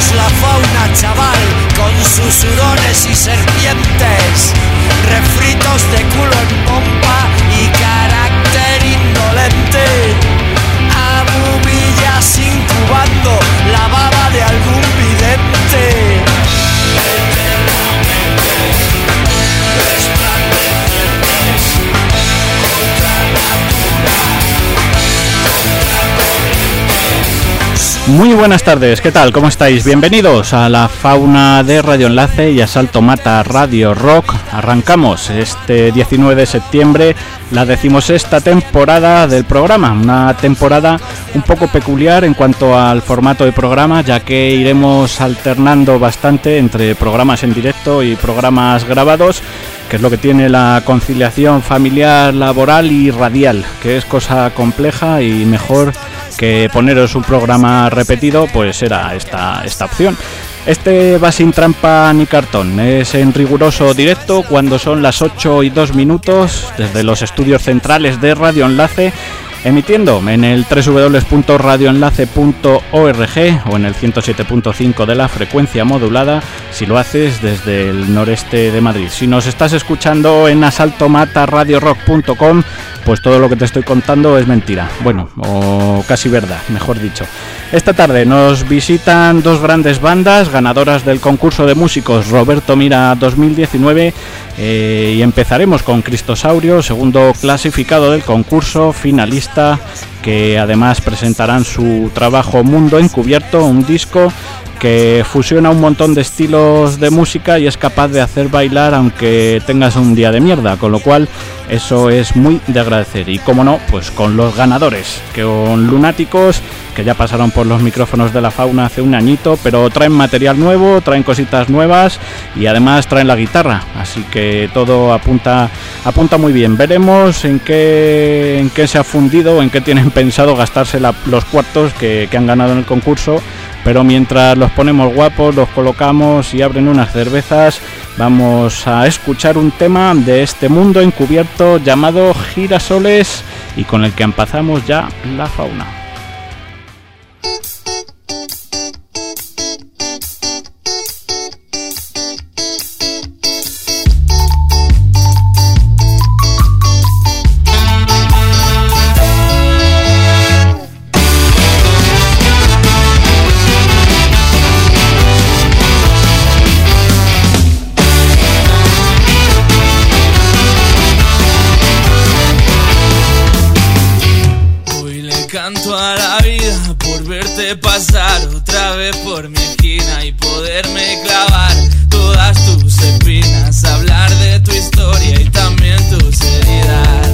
es la fauna, chaval, con sus hurones y serpientes, refritos de culo en pompa y carácter indolente, abubillas incubando la baba de algún vidente. Muy buenas tardes, ¿qué tal? ¿Cómo estáis? Bienvenidos a la fauna de Radio Enlace y Asalto Mata Radio Rock. Arrancamos este 19 de septiembre la 16ª temporada del programa, una temporada un poco peculiar en cuanto al formato de programa, ya que iremos alternando bastante entre programas en directo y programas grabados, que es lo que tiene la conciliación familiar, laboral y radial, que es cosa compleja y mejor que poneros un programa repetido, pues era esta opción. Este va sin trampa ni cartón, es en riguroso directo cuando son las 8:02 desde los estudios centrales de Radio Enlace, emitiendo en el www.radioenlace.org o en el 107.5 de la frecuencia modulada si lo haces desde el noreste de Madrid. Si nos estás escuchando en asaltomataradiorock.com, pues todo lo que te estoy contando es mentira. Bueno, o casi verdad, mejor dicho. Esta tarde nos visitan dos grandes bandas ganadoras del concurso de músicos Roberto Mira 2019 y empezaremos con Cristosaurio, segundo clasificado del concurso, finalista, que además presentarán su trabajo Mundo Encubierto, un disco que fusiona un montón de estilos de música y es capaz de hacer bailar aunque tengas un día de mierda, con lo cual eso es muy de agradecer. Y como no, pues con los ganadores, que son Lunáticos, que ya pasaron por los micrófonos de la fauna hace un añito, pero traen material nuevo, traen cositas nuevas y además traen la guitarra, así que todo apunta muy bien. Veremos en qué se ha fundido, en qué tienen pensado gastarse los cuartos que han ganado en el concurso. Pero mientras los ponemos guapos, los colocamos y abren unas cervezas, vamos a escuchar un tema de este Mundo Encubierto llamado Girasoles y con el que empezamos ya la fauna. Pasar otra vez por mi esquina y poderme clavar todas tus espinas, hablar de tu historia y también tus heridas.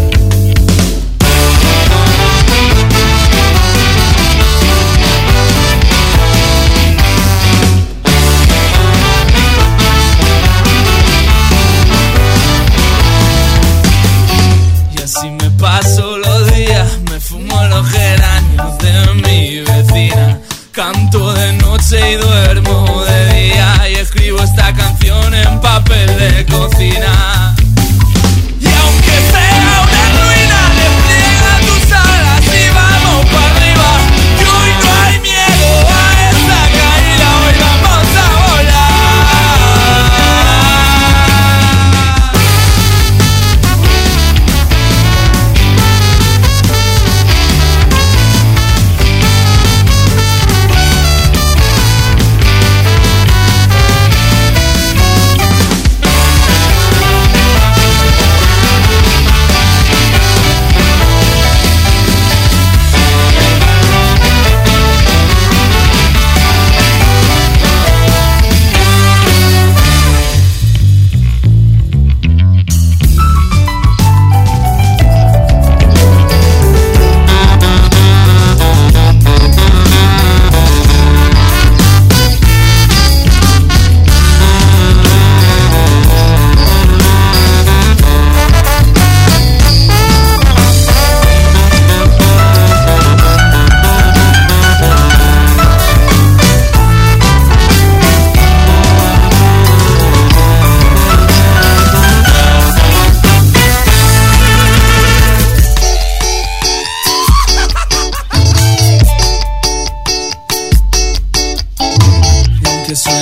Y así me paso los días, me fumo los geranios de mi vecina. Canto de noche y duermo de día y escribo esta canción en papel de cocina. Y aunque sea una ruina, despliega tus alas y vamos para arriba. Que hoy no hay miedo a esta caída, hoy vamos a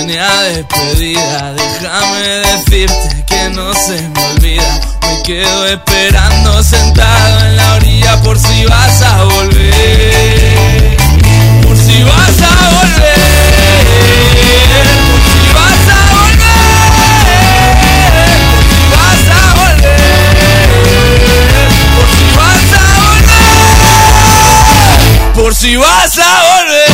línea de despedida. Déjame decirte que no se me olvida. Me quedo esperando sentado en la orilla por si vas a volver. Por si vas a volver. Por si vas a volver. Por si vas a volver. Por si vas a volver. Por si vas a volver.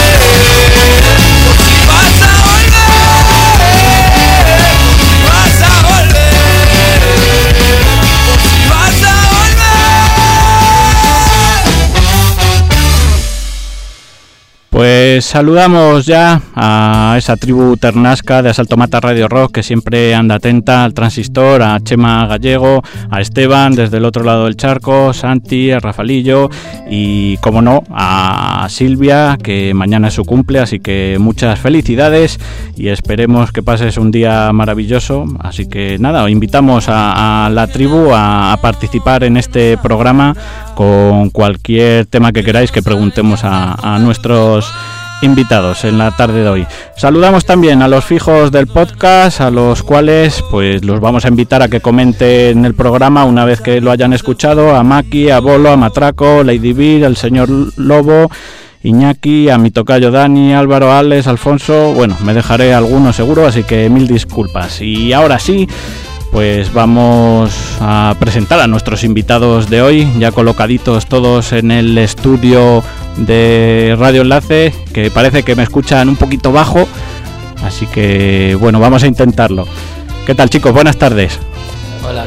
Pues saludamos ya a esa tribu ternasca de Asalto Mata Radio Rock que siempre anda atenta al transistor, a Chema Gallego, a Esteban desde el otro lado del charco, Santi, a Rafalillo y, como no, a Silvia, que mañana es su cumple, así que muchas felicidades y esperemos que pases un día maravilloso. Así que nada, os invitamos a la tribu a participar en este programa con cualquier tema que queráis que preguntemos a nuestros invitados en la tarde de hoy. Saludamos también a los fijos del podcast, a los cuales pues los vamos a invitar a que comenten el programa una vez que lo hayan escuchado: a Maki, a Bolo, a Matraco, Lady Beer, al señor Lobo, Iñaki, a mi tocayo Dani, Álvaro, Alex, Alfonso. Bueno, me dejaré algunos seguro, así que mil disculpas. Y ahora sí, pues vamos a presentar a nuestros invitados de hoy, ya colocaditos todos en el estudio de Radio Enlace, que parece que me escuchan un poquito bajo, así que bueno, vamos a intentarlo. ¿Qué tal, chicos? Buenas tardes. Hola.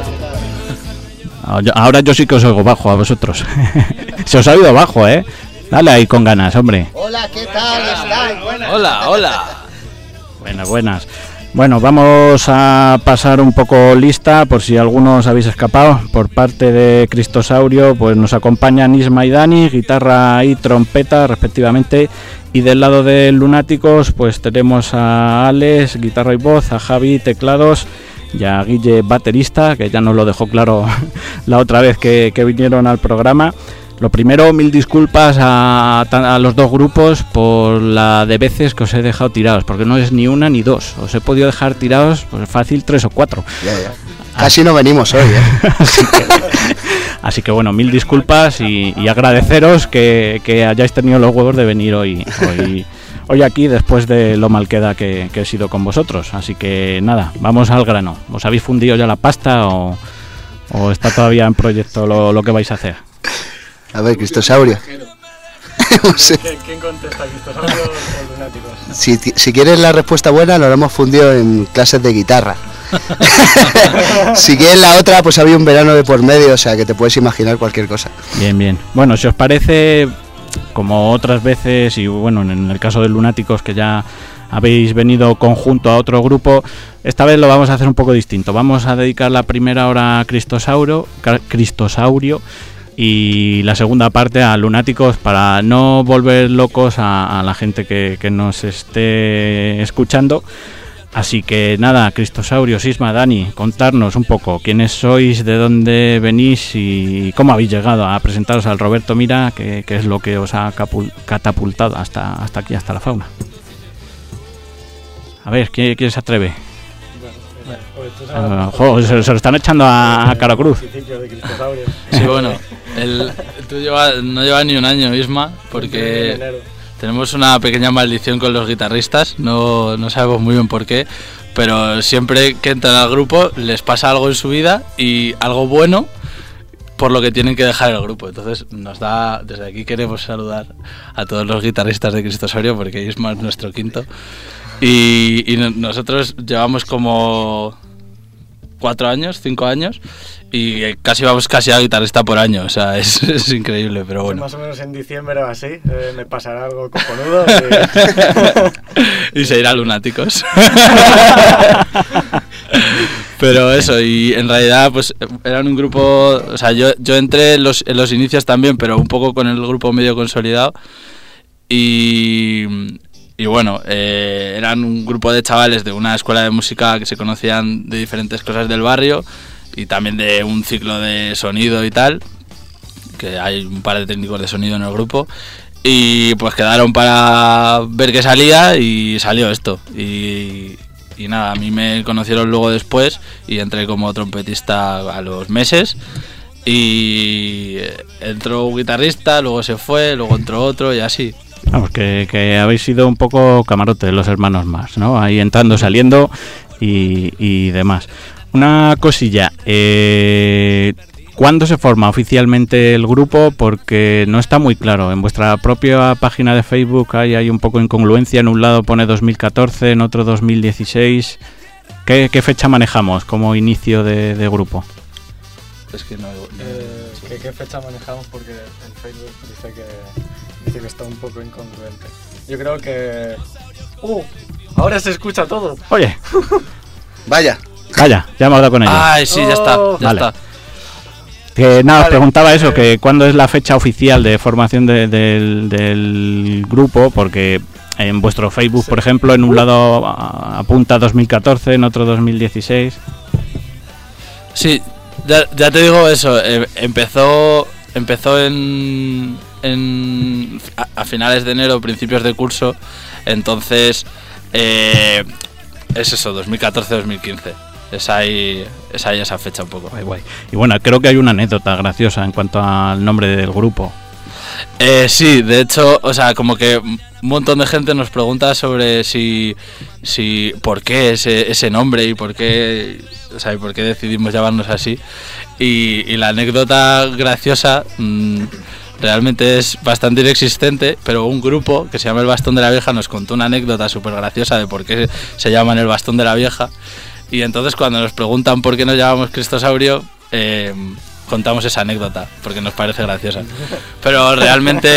Ahora yo sí que os oigo bajo a vosotros. Se os ha oído bajo, ¿eh? Dale ahí con ganas, hombre. Hola, ¿qué tal estáis? Hola. Buenas. Bueno, vamos a pasar un poco lista por si algunos habéis escapado. Por parte de Cristosaurio, pues nos acompañan Isma y Dani, guitarra y trompeta respectivamente. Y del lado de Lunáticos, pues tenemos a Alex, guitarra y voz, a Javi, teclados, y a Guille, baterista, que ya nos lo dejó claro la otra vez que vinieron al programa. Lo primero, mil disculpas a los dos grupos por la de veces que os he dejado tirados, porque no es ni una ni dos. Os he podido dejar tirados, pues fácil, 3 o 4. Ya. Casi no venimos hoy, ¿eh? Así que bueno, mil disculpas y agradeceros que hayáis tenido los huevos de venir hoy aquí, después de lo mal queda que he sido con vosotros. Así que nada, vamos al grano. ¿Os habéis fundido ya la pasta o está todavía en proyecto lo que vais a hacer? A ver, Cristosaurio. ¿Quién contesta, Cristosaurio o Lunáticos? Si quieres la respuesta buena, nos lo hemos fundido en clases de guitarra. Si quieres la otra, pues había un verano de por medio, o sea que te puedes imaginar cualquier cosa. Bien. Bueno, si os parece, como otras veces, y bueno, en el caso de Lunáticos, que ya habéis venido conjunto a otro grupo, esta vez lo vamos a hacer un poco distinto. Vamos a dedicar la primera hora a Cristosaurio y la segunda parte a Lunáticos, para no volver locos a la gente que nos esté escuchando. Así que nada, Cristosaurio, Isma, Dani, contarnos un poco quiénes sois, de dónde venís y cómo habéis llegado a presentaros al Roberto Mira, que es lo que os ha catapultado hasta aquí, hasta la fauna. A ver, ¿quién se atreve? Se lo están echando a Cara Cruz. Sí, bueno, tú no llevas ni un año, Isma, porque tenemos una pequeña maldición con los guitarristas, no sabemos muy bien por qué, pero siempre que entran al grupo les pasa algo en su vida y algo bueno, por lo que tienen que dejar el grupo. Entonces desde aquí queremos saludar a todos los guitarristas de Cristosaurio, porque Isma es nuestro quinto. Y nosotros llevamos como 5 años y vamos casi a guitarrista por año, o sea, es increíble, pero bueno. Más o menos en diciembre o así, me pasará algo cojonudo y se irá a Lunáticos. Pero eso, y en realidad pues eran un grupo, o sea, yo entré en los inicios también, pero un poco con el grupo medio consolidado y bueno, eran un grupo de chavales de una escuela de música que se conocían de diferentes cosas del barrio y también de un ciclo de sonido y tal, que hay un par de técnicos de sonido en el grupo, y pues quedaron para ver qué salía y salió esto. Y nada, a mí me conocieron luego después y entré como trompetista a los meses. Y entró un guitarrista, luego se fue, luego entró otro y así. Vamos, que habéis sido un poco camarote los hermanos más, ¿no? Ahí entrando, saliendo y demás. Una cosilla, ¿cuándo se forma oficialmente el grupo? Porque no está muy claro. En vuestra propia página de Facebook hay un poco de incongruencia. En un lado pone 2014, en otro 2016. ¿Qué fecha manejamos como inicio de grupo? Es que no... ¿Qué fecha manejamos? Porque en Facebook dice que está un poco incongruente. Yo creo que... ahora se escucha todo. Oye. Vaya, ya hemos hablado con ellos. Ay, sí, ya está, Vale. está. Que nada, Vale. os preguntaba eso, que cuándo es la fecha oficial de formación del grupo, porque en vuestro Facebook, por ejemplo, en un lado apunta 2014, en otro 2016. Sí, ya te digo eso, empezó a finales de enero, principios de curso, entonces es eso, 2014-2015. Es ahí esa fecha un poco. Guay. Y bueno, creo que hay una anécdota graciosa en cuanto al nombre del grupo. Sí, de hecho, o sea, como que un montón de gente nos pregunta sobre si por qué ese nombre y por qué, o sea, y por qué decidimos llamarnos así. Y la anécdota graciosa realmente es bastante inexistente, pero un grupo que se llama El Bastón de la Vieja nos contó una anécdota súper graciosa de por qué se llaman El Bastón de la Vieja. Y entonces cuando nos preguntan por qué nos llamamos Cristosaurio, contamos esa anécdota, porque nos parece graciosa. Pero realmente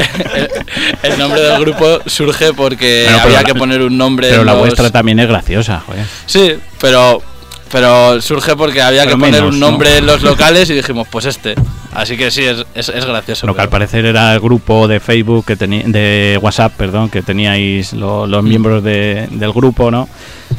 el nombre del grupo surge porque había que poner un nombre. Pero la vuestra también es graciosa, joder. Sí, pero surge porque había que poner un nombre, ¿no?, en los locales y dijimos, pues este. Así que sí, es gracioso. Lo que al parecer era el grupo de Facebook de WhatsApp, perdón, que teníais los miembros del grupo, ¿no?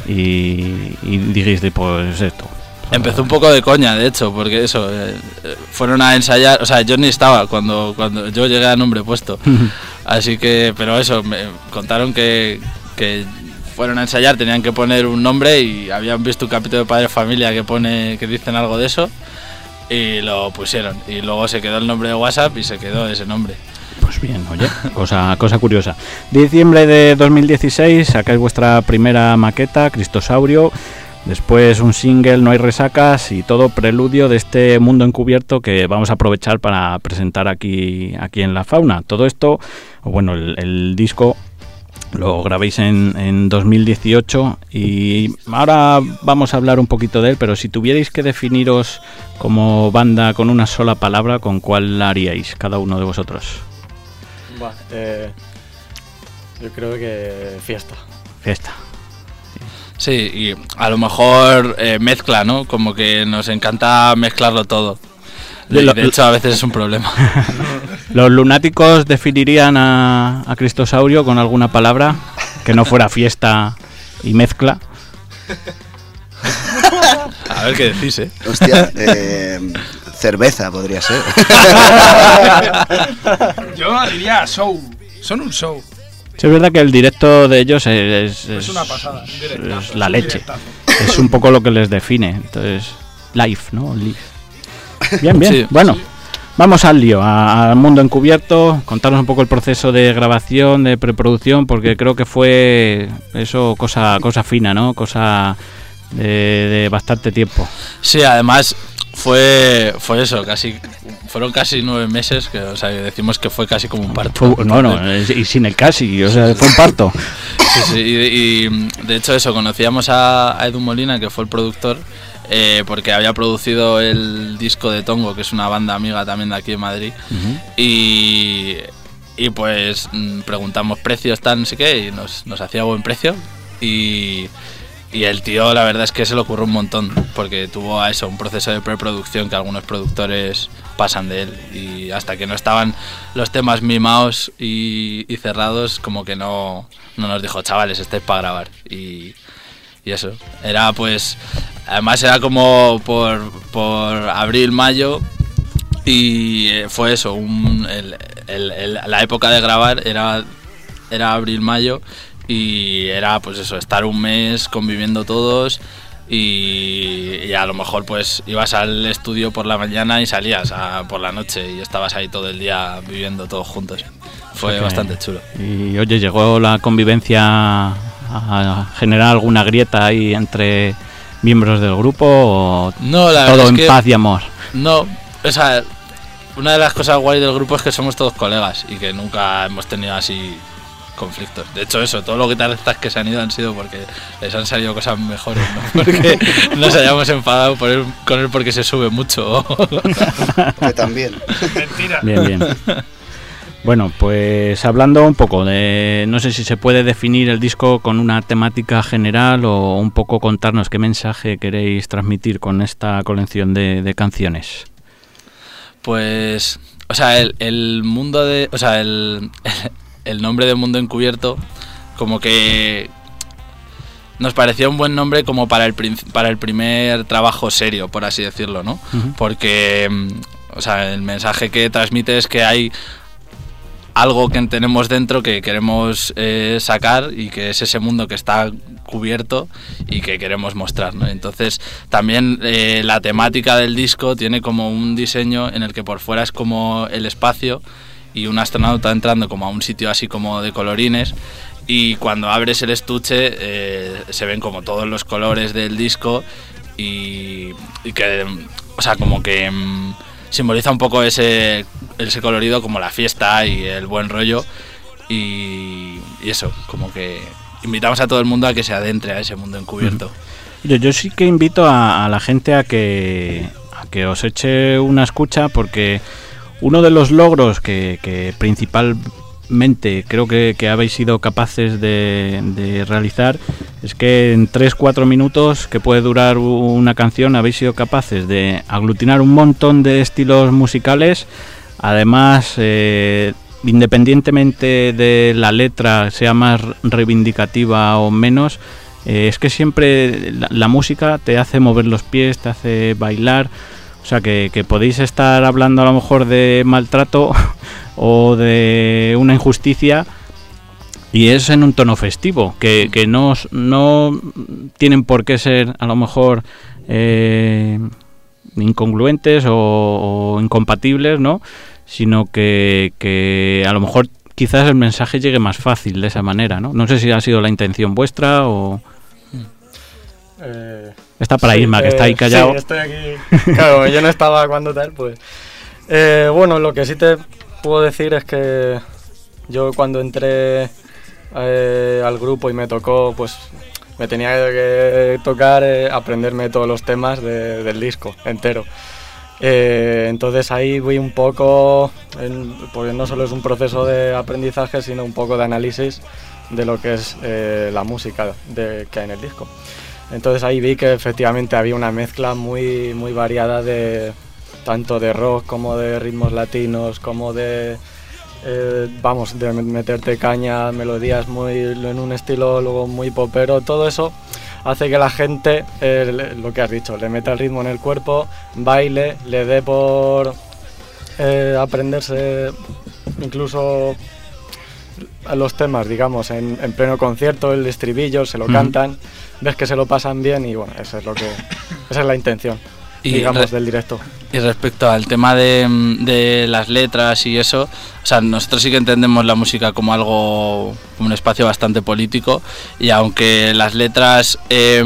Y dijisteis, pues esto. Empezó un poco de coña, de hecho, porque eso, fueron a ensayar, o sea, yo ni estaba cuando yo llegué a nombre puesto. Así que, pero eso, me contaron que fueron a ensayar, tenían que poner un nombre y habían visto un capítulo de Padre Familia que dicen algo de eso y lo pusieron. Y luego se quedó el nombre de WhatsApp y se quedó ese nombre. Pues bien, oye, cosa curiosa. Diciembre de 2016 sacáis vuestra primera maqueta, Cristosaurio. Después un single, No hay resacas, y todo preludio de este mundo encubierto que vamos a aprovechar para presentar aquí en La Fauna. Todo esto, bueno, el disco lo grabéis en 2018 y ahora vamos a hablar un poquito de él, pero si tuvierais que definiros como banda con una sola palabra, ¿con cuál la haríais cada uno de vosotros? Yo creo que fiesta. Sí, y a lo mejor mezcla, ¿no? Como que nos encanta mezclarlo todo. De hecho, a veces es un problema. ¿Los lunáticos definirían a Cristosaurio con alguna palabra que no fuera fiesta y mezcla? A ver qué decís, ¿eh? Hostia, cerveza podría ser. Yo diría show. Son un show. Sí, es verdad que el directo de ellos es una pasada. Es la leche. Es un poco lo que les define. Entonces, live, ¿no? Live. Bien. Sí. Bueno, vamos al lío, al mundo encubierto. Contarnos un poco el proceso de grabación, de preproducción, porque creo que fue eso cosa fina, ¿no? Cosa de bastante tiempo. Sí, además fue eso, fueron casi 9 meses, que, o sea, decimos que fue casi como un parto. Y sin el casi, o sea, fue un parto. Sí, y de hecho eso, conocíamos a Edu Molina, que fue el productor, porque había producido el disco de Tongo, que es una banda amiga también de aquí en Madrid. Uh-huh. Y pues preguntamos precios, no sé qué, y nos hacía buen precio. Y el tío, la verdad es que se le ocurrió un montón, porque tuvo a eso, un proceso de preproducción que algunos productores pasan de él, y hasta que no estaban los temas mimados y cerrados, como que no nos dijo, chavales, estáis para grabar. Y eso, era pues, además era como por abril, mayo, Y fue eso, la época de grabar era abril-mayo y era pues eso, estar un mes conviviendo todos y a lo mejor pues ibas al estudio por la mañana y salías por la noche y estabas ahí todo el día viviendo todos juntos. Fue bastante chulo. Y oye, ¿llegó la convivencia a generar alguna grieta ahí entre miembros del grupo o no, la todo verdad en paz y amor? No, o sea, una de las cosas guay del grupo es que somos todos colegas y que nunca hemos tenido así conflictos. De hecho, eso, todos los guitarristas que se han ido han sido porque les han salido cosas mejores, no porque nos hayamos enfadado con él porque se sube mucho. Que también. Mentira. Bien. Bueno, pues hablando un poco de, no sé si se puede definir el disco con una temática general o un poco contarnos qué mensaje queréis transmitir con esta colección de canciones. Pues, o sea, el mundo de, o sea, el nombre de Mundo Encubierto como que nos parecía un buen nombre como para el primer trabajo serio, por así decirlo, ¿no? Uh-huh. Porque, o sea, el mensaje que transmite es que hay algo que tenemos dentro que queremos sacar y que es ese mundo que está cubierto y que queremos mostrar, ¿no? Entonces también la temática del disco tiene como un diseño en el que por fuera es como el espacio y un astronauta entrando como a un sitio así como de colorines y cuando abres el estuche se ven como todos los colores del disco y que, o sea, como que simboliza un poco ese colorido como la fiesta y el buen rollo y eso, como que invitamos a todo el mundo a que se adentre a ese mundo encubierto. Yo sí que invito a la gente a que os eche una escucha porque uno de los logros que principalmente creo que habéis sido capaces de realizar es que en 3-4 minutos que puede durar una canción habéis sido capaces de aglutinar un montón de estilos musicales, además independientemente de la letra sea más reivindicativa o menos, es que siempre la música te hace mover los pies, te hace bailar. O sea, que podéis estar hablando a lo mejor de maltrato o de una injusticia y es en un tono festivo, que no tienen por qué ser a lo mejor incongruentes o incompatibles, ¿no? Sino que a lo mejor quizás el mensaje llegue más fácil de esa manera, ¿no? No sé si ha sido la intención vuestra o... Está para sí, Isma, que está ahí callado. Sí, estoy aquí. Claro, yo no estaba cuando tal, pues. Bueno, lo que sí te puedo decir es que yo cuando entré al grupo y me tocó, pues me tenía que tocar aprenderme todos los temas del disco entero. Entonces ahí voy un poco, porque no solo es un proceso de aprendizaje, sino un poco de análisis de lo que es la música que hay en el disco. Entonces ahí vi que efectivamente había una mezcla muy, muy variada tanto de rock como de ritmos latinos, como de meterte caña, melodías en un estilo luego muy popero. Todo eso hace que la gente, lo que has dicho, le meta el ritmo en el cuerpo, baile, le dé por aprenderse incluso a los temas, digamos, en pleno concierto, el estribillo, se lo cantan, ves que se lo pasan bien y bueno, esa es la intención, digamos, del directo. Y respecto al tema de las letras y eso, o sea, nosotros sí que entendemos la música como algo, como un espacio bastante político y aunque las letras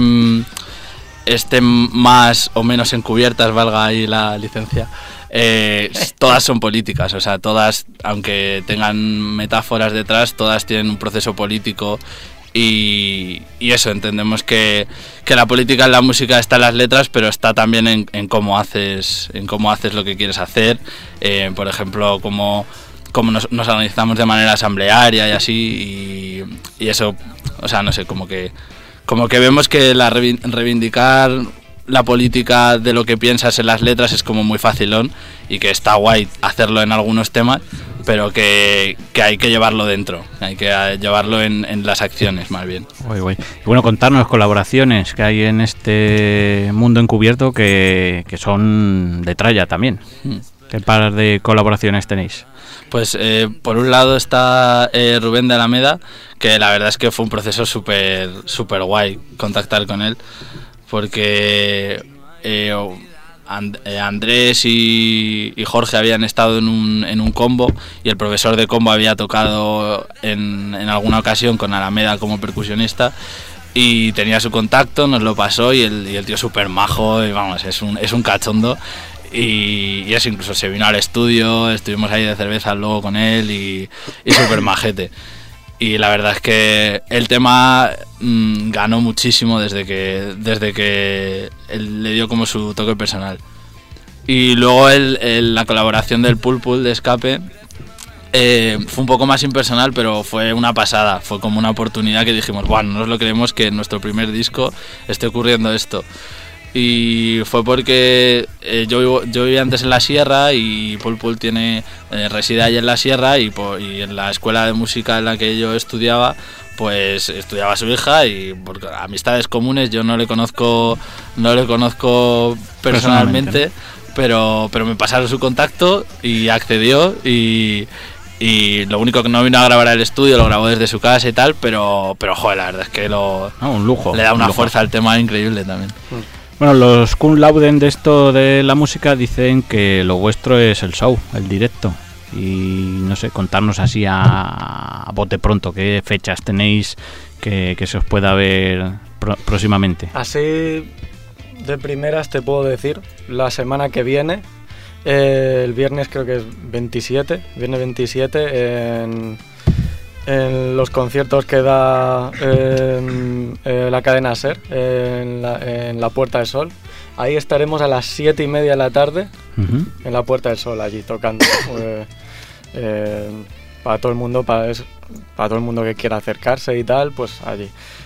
estén más o menos encubiertas, valga ahí la licencia, todas son políticas, o sea, todas, aunque tengan metáforas detrás, todas tienen un proceso político y eso, entendemos que la política en la música está en las letras, pero está también en cómo haces lo que quieres hacer, por ejemplo, cómo nos organizamos de manera asamblearia y así, y eso, o sea, no sé, como que vemos que reivindicar la política de lo que piensas en las letras es como muy facilón y que está guay hacerlo en algunos temas, pero que hay que llevarlo dentro, hay que llevarlo en las acciones más bien. Guay. Y bueno, contarnos colaboraciones que hay en este mundo encubierto que son de tralla también. ¿Qué par de colaboraciones tenéis? Pues por un lado está Rubén de Alameda, que la verdad es que fue un proceso súper guay contactar con él, porque Andrés y Jorge habían estado en un combo, y el profesor de combo había tocado en alguna ocasión con Alameda como percusionista, y tenía su contacto, nos lo pasó, y el tío súper majo, y vamos, es un cachondo. Y eso, incluso se vino al estudio, estuvimos ahí de cerveza luego con él y súper majete. Y la verdad es que el tema ganó muchísimo desde que él le dio como su toque personal. Y luego la colaboración del Pulpul de Escape fue un poco más impersonal, pero fue una pasada. Fue como una oportunidad que dijimos, bueno, no nos lo creemos que en nuestro primer disco esté ocurriendo esto. Y fue porque yo vivía antes en la sierra, y Pulpul reside allí en la sierra, y en la escuela de música en la que yo estudiaba, pues estudiaba su hija, y por amistades comunes yo no le conozco personalmente, pero me pasaron su contacto y accedió, y lo único que no vino a grabar al estudio, lo grabó desde su casa y tal, pero joder, la verdad es que un lujo. Le da una fuerza al tema increíble también. Bueno, los cum laude de esto de la música dicen que lo vuestro es el show, el directo. Y no sé, contarnos así a bote pronto qué fechas tenéis que se os pueda ver próximamente. Así de primeras te puedo decir, la semana que viene, el viernes creo que es viernes 27, en los conciertos que da la cadena SER, en la Puerta del Sol. Ahí estaremos a las 7:30 de la tarde, en la Puerta del Sol, allí tocando. Para todo el mundo, para todo el mundo que quiera acercarse y tal, pues allí.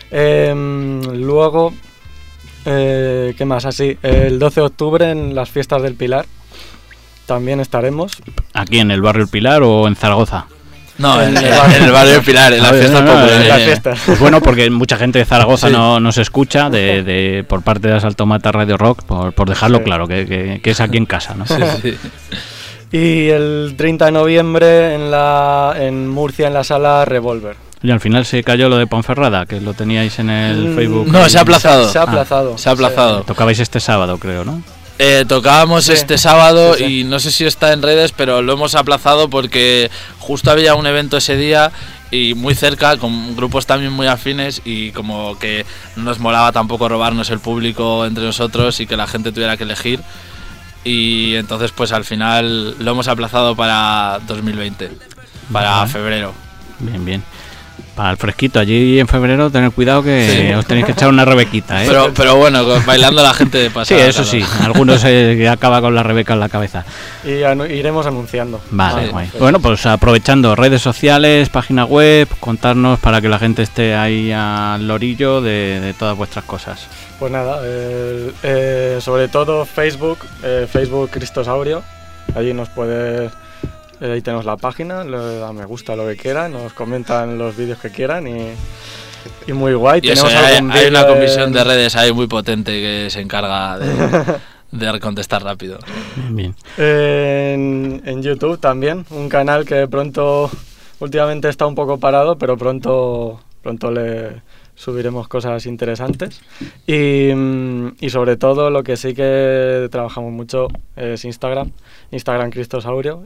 Luego, ¿qué más? Así, el 12 de octubre en las Fiestas del Pilar también estaremos. ¿Aquí en el barrio El Pilar o en Zaragoza? No, en el barrio del Pilar, en las fiestas populares. Pues bueno, porque mucha gente de Zaragoza no se escucha por parte de Asalto Mata Radio Rock, por dejarlo claro, que es aquí en casa, ¿no? Sí. Y el 30 de noviembre en Murcia, en la sala Revolver. Y al final se cayó lo de Ponferrada, que lo teníais en el Facebook. No, se ha aplazado. Se ha aplazado. Se ha aplazado. Tocabais este sábado, creo, ¿no? Tocábamos este sábado, y no sé si está en redes, pero lo hemos aplazado porque justo había un evento ese día y muy cerca, con grupos también muy afines, y como que no nos molaba tampoco robarnos el público entre nosotros y que la gente tuviera que elegir, y entonces pues al final lo hemos aplazado para 2020, para febrero. Bien. Para el fresquito, allí en febrero, tener cuidado que os tenéis que echar una rebequita, ¿eh? Pero bueno, bailando la gente de pasada. Sí, eso sí, algunos acaba con la rebeca en la cabeza. Y iremos anunciando. Vale, guay. Bueno, pues aprovechando redes sociales, página web, contarnos para que la gente esté ahí al orillo de todas vuestras cosas. Pues nada, sobre todo Facebook Cristosaurio, allí nos puedes... ahí tenemos la página, le da me gusta lo que quieran, nos comentan los vídeos que quieran y muy guay. Y tenemos hay una comisión de redes ahí muy potente que se encarga de contestar rápido. Bien. En YouTube también, un canal que últimamente está un poco parado, pero pronto le subiremos cosas interesantes. Y sobre todo lo que sí que trabajamos mucho es Instagram Cristosaurio,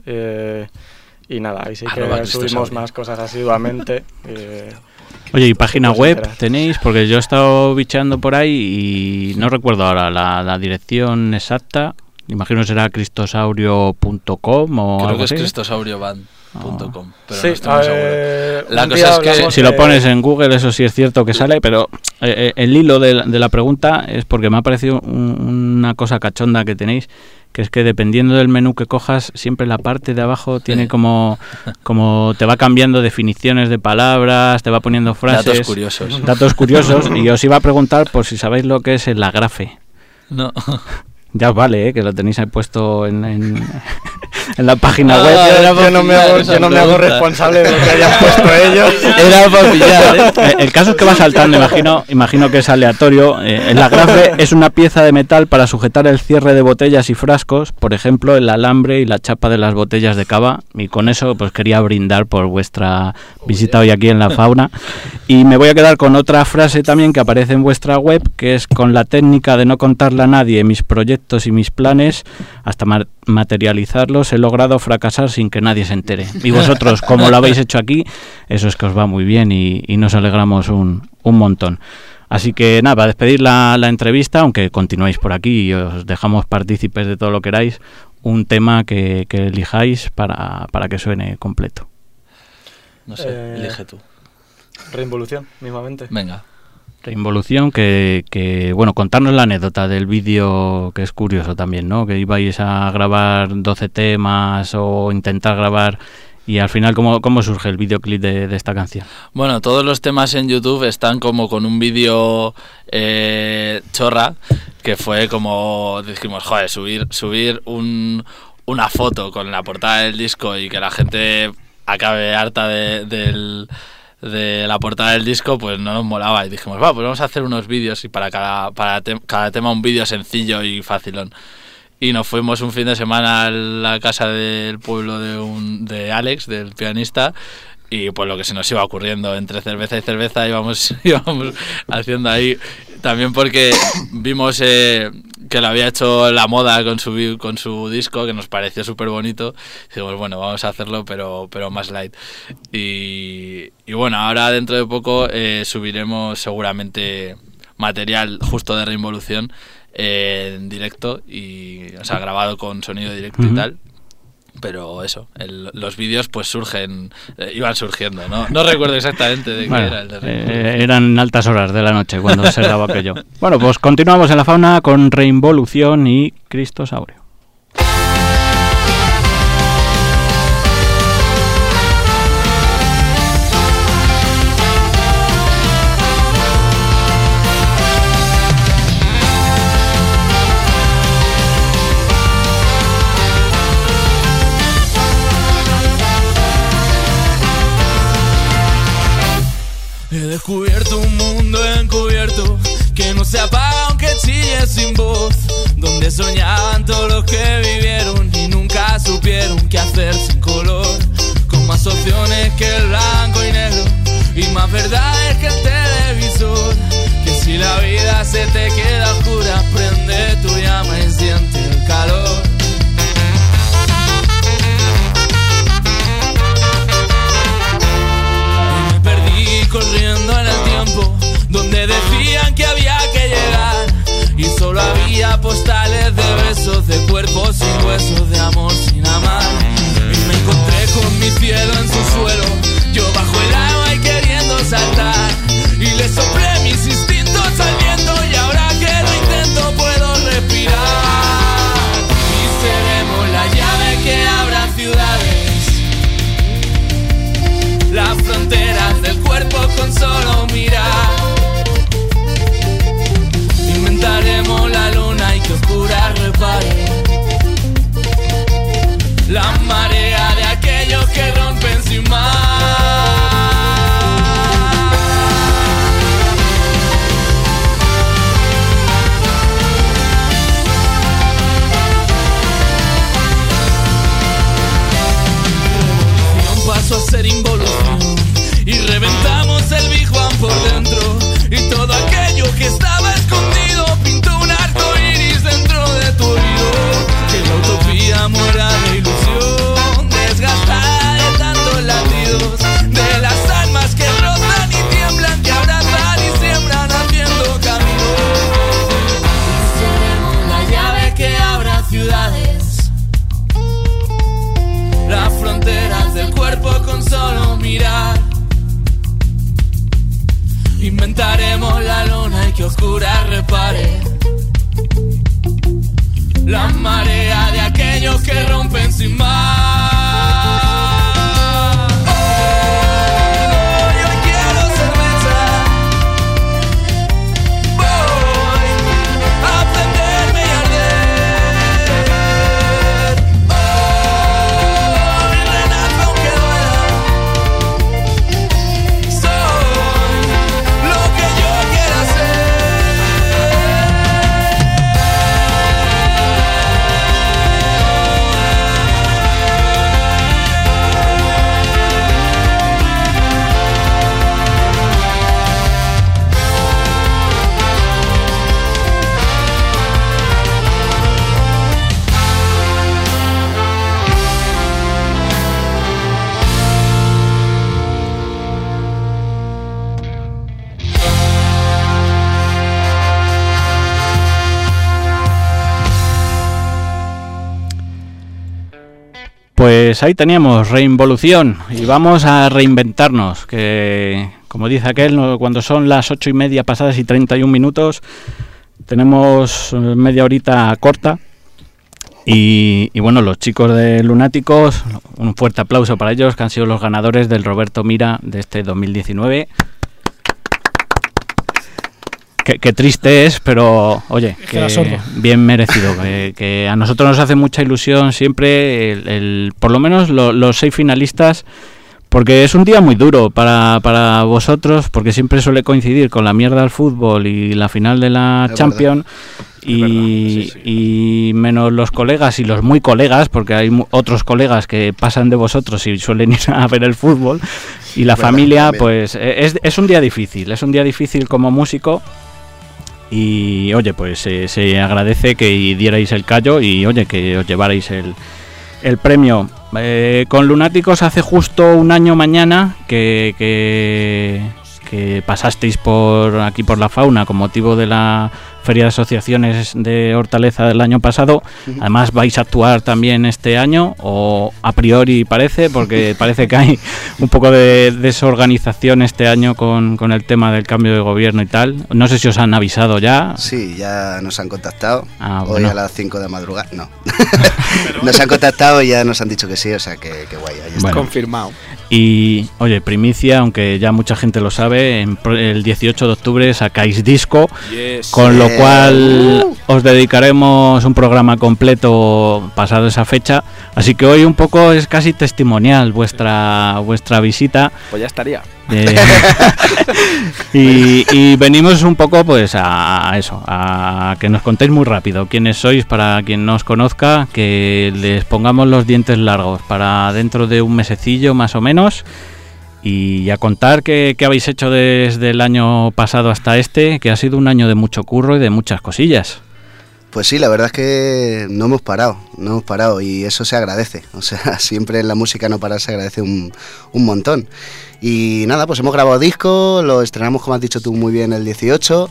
y nada, ahí sí que subimos más cosas asiduamente. Oye, ¿y página web tenéis? Porque yo he estado bicheando por ahí y no recuerdo ahora la dirección exacta. Imagino será cristosaurio.com o creo algo que así. Es cristosaurioband.com, pero sí, no estoy muy seguro. La cosa es que si lo pones en Google, eso sí es cierto que sale, pero el hilo de la pregunta es porque me ha parecido una cosa cachonda que tenéis, que es que dependiendo del menú que cojas, siempre la parte de abajo tiene como te va cambiando definiciones de palabras, te va poniendo frases. Datos curiosos. Y os iba a preguntar por si sabéis lo que es el agrafe. No. Ya os vale, que lo tenéis ahí puesto en en la página web. Yo no me hago responsable de lo que hayan puesto ellos. Era para pillar, El caso es que va saltando, imagino que es aleatorio. El agrafe es una pieza de metal para sujetar el cierre de botellas y frascos, por ejemplo, el alambre y la chapa de las botellas de cava. Y con eso pues quería brindar por vuestra visita hoy aquí en La Fauna. Y me voy a quedar con otra frase también que aparece en vuestra web, que es: con la técnica de no contarle a nadie mis proyectos y mis planes, hasta materializarlos, he logrado fracasar sin que nadie se entere. Y vosotros, como lo habéis hecho aquí, eso es que os va muy bien y nos alegramos un montón. Así que nada, para despedir la entrevista, aunque continuáis por aquí y os dejamos partícipes de todo lo que queráis, un tema que elijáis para que suene completo. No sé, elige tú. Reinvolución, mismamente. Venga. Reinvolución, que bueno, contarnos la anécdota del vídeo, que es curioso también, ¿no? Que ibais a grabar 12 temas o intentar grabar, y al final, ¿cómo surge el videoclip de esta canción? Bueno, todos los temas en YouTube están como con un vídeo chorra, que fue como, dijimos, joder, subir una foto con la portada del disco y que la gente acabe harta de la portada del disco, pues no nos molaba, y dijimos, pues vamos a hacer unos vídeos, y para cada tema un vídeo sencillo y facilón. Y nos fuimos un fin de semana a la casa del pueblo de Alex, del pianista, y pues lo que se nos iba ocurriendo, entre cerveza y cerveza íbamos haciendo ahí. También porque vimos que lo había hecho La Moda con su disco, que nos pareció súper bonito. Dijimos, bueno, vamos a hacerlo, pero más light. Y bueno, ahora dentro de poco subiremos seguramente material justo de Reinvolución en directo, o sea, grabado con sonido directo y tal. Pero eso, los vídeos pues iban surgiendo, ¿no? No recuerdo exactamente de qué era el de Reinvolución. Eran altas horas de la noche cuando se grabó aquello. Bueno, pues continuamos en La Fauna con Reinvolución y Cristosaurio. He descubierto un mundo encubierto que no se apaga aunque chille sin voz, donde soñaban todos los que vivieron y nunca supieron qué hacer sin color, con más opciones que el blanco y negro y más verdades que el televisor, que si la vida se te queda oscura, prende tu llama y siente el calor. Corriendo en el tiempo donde decían que había que llegar y solo había postales de besos, de cuerpos sin huesos, de amor sin amar. Y me encontré con mi cielo en su suelo, yo bajo el agua y queriendo saltar, y le soplé mis instintos al viento y ahora que lo intento puedo respirar. Y seremos la llave que abra ciudades, las fronteras del cuerpo con solo mirar. Inventaremos la luna y que oscura repare la marea de aquellos que rompen sin más. Revolución pasó a ser involución y reventamos el Big Bang por dentro, y todo aquello que estaba escondido pintó un arco iris dentro de tu oído. Que la utopía muera de ilusión, desgastada de tantos latidos, de las almas que rozan y tiemblan, que abrazan y siembran haciendo camino. Seremos la llave que abra ciudades, las fronteras del cuerpo con solo mirar. Inventaremos la luna y que oscura repare la marea de aquellos que rompen sin más. Yo quiero cerveza, voy a prenderme y arder. Pues ahí teníamos Reinvolución y vamos a reinventarnos, que como dice aquel, cuando son las 8:30 pasadas y 31 minutos, tenemos media horita corta. Y bueno, los chicos de Lunáticos, un fuerte aplauso para ellos, que han sido los ganadores del Roberto Mira de este 2019. Qué triste es, pero oye, que bien merecido, que a nosotros nos hace mucha ilusión siempre por lo menos los 6 finalistas, porque es un día muy duro para vosotros, porque siempre suele coincidir con la mierda del fútbol y la final de la Champions. Y menos los colegas y los muy colegas, porque hay otros colegas que pasan de vosotros y suelen ir a ver el fútbol, y la familia también. Pues es un día difícil como músico. Y oye, pues se agradece que dierais el callo y oye, que os llevarais el premio. Con Lunáticos hace justo un año mañana que pasasteis por aquí por la Fauna con motivo de la Feria de Asociaciones de Hortaleza del año pasado. Además vais a actuar también este año, o a priori porque parece que hay un poco de desorganización este año con el tema del cambio de gobierno y tal. No sé si os han avisado ya. Sí, ya nos han contactado. Hoy bueno. A las 5 de madrugada. No. Nos han contactado y ya nos han dicho que sí, o sea que guay. Ahí está. Bueno. Confirmado. Y oye, primicia, aunque ya mucha gente lo sabe, el 18 de octubre sacáis disco, con lo cual os dedicaremos un programa completo pasado esa fecha, así que hoy un poco es casi testimonial vuestra visita. Pues ya estaría. Y venimos un poco pues a eso, a que nos contéis muy rápido quiénes sois, para quien no os conozca, que les pongamos los dientes largos para dentro de un mesecillo más o menos, y a contar qué habéis hecho desde el año pasado hasta este, que ha sido un año de mucho curro y de muchas cosillas. Pues sí, la verdad es que no hemos parado y eso se agradece. O sea, siempre en la música no parar se agradece un montón. Y nada, pues hemos grabado disco, lo estrenamos, como has dicho tú muy bien, el 18.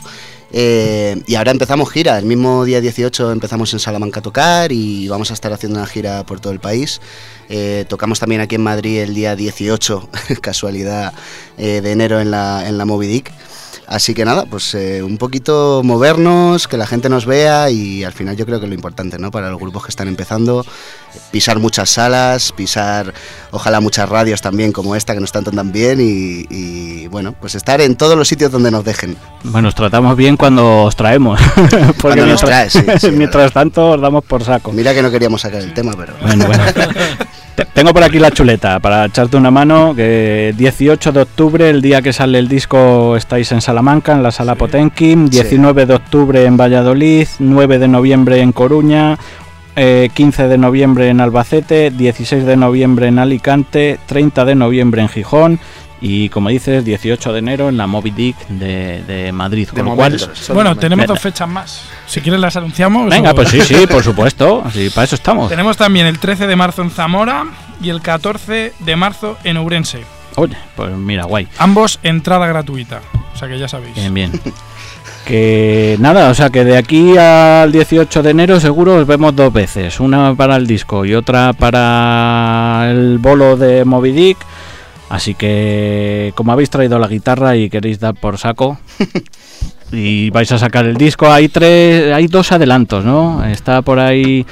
Y ahora empezamos gira. El mismo día 18 empezamos en Salamanca a tocar y vamos a estar haciendo una gira por todo el país. Tocamos también aquí en Madrid el día 18, casualidad, de enero en la Moby Dick. Así que nada, pues un poquito movernos, que la gente nos vea, y al final yo creo que es lo importante, ¿no? Para los grupos que están empezando, pisar muchas salas, pisar ojalá muchas radios también como esta, que nos tratan tan bien, y bueno, pues estar en todos los sitios donde nos dejen. Bueno, os tratamos bien cuando os traemos. Porque nos traes, sí, mientras tanto os damos por saco. Mira que no queríamos sacar el tema, pero... Bueno. Tengo por aquí la chuleta para echarte una mano, que 18 de octubre, el día que sale el disco, estáis en Salamanca, en la Sala Potenkin, 19 de octubre en Valladolid, 9 de noviembre en Coruña, 15 de noviembre en Albacete, 16 de noviembre en Alicante, 30 de noviembre en Gijón y, como dices, 18 de enero en la Moby Dick de Madrid. Con lo cual, bueno, tenemos 2 fechas más. Si quieres las anunciamos. Venga, pues sí, por supuesto. Sí, para eso estamos. Tenemos también el 13 de marzo en Zamora y el 14 de marzo en Ourense. Oye, pues mira, guay. Ambos entrada gratuita. O sea que ya sabéis. Bien. Que nada, o sea que de aquí al 18 de enero seguro os vemos 2 veces. Una para el disco y otra para el bolo de Moby Dick. Así que, como habéis traído la guitarra y queréis dar por saco y vais a sacar el disco, hay 2 adelantos, ¿no? Está por ahí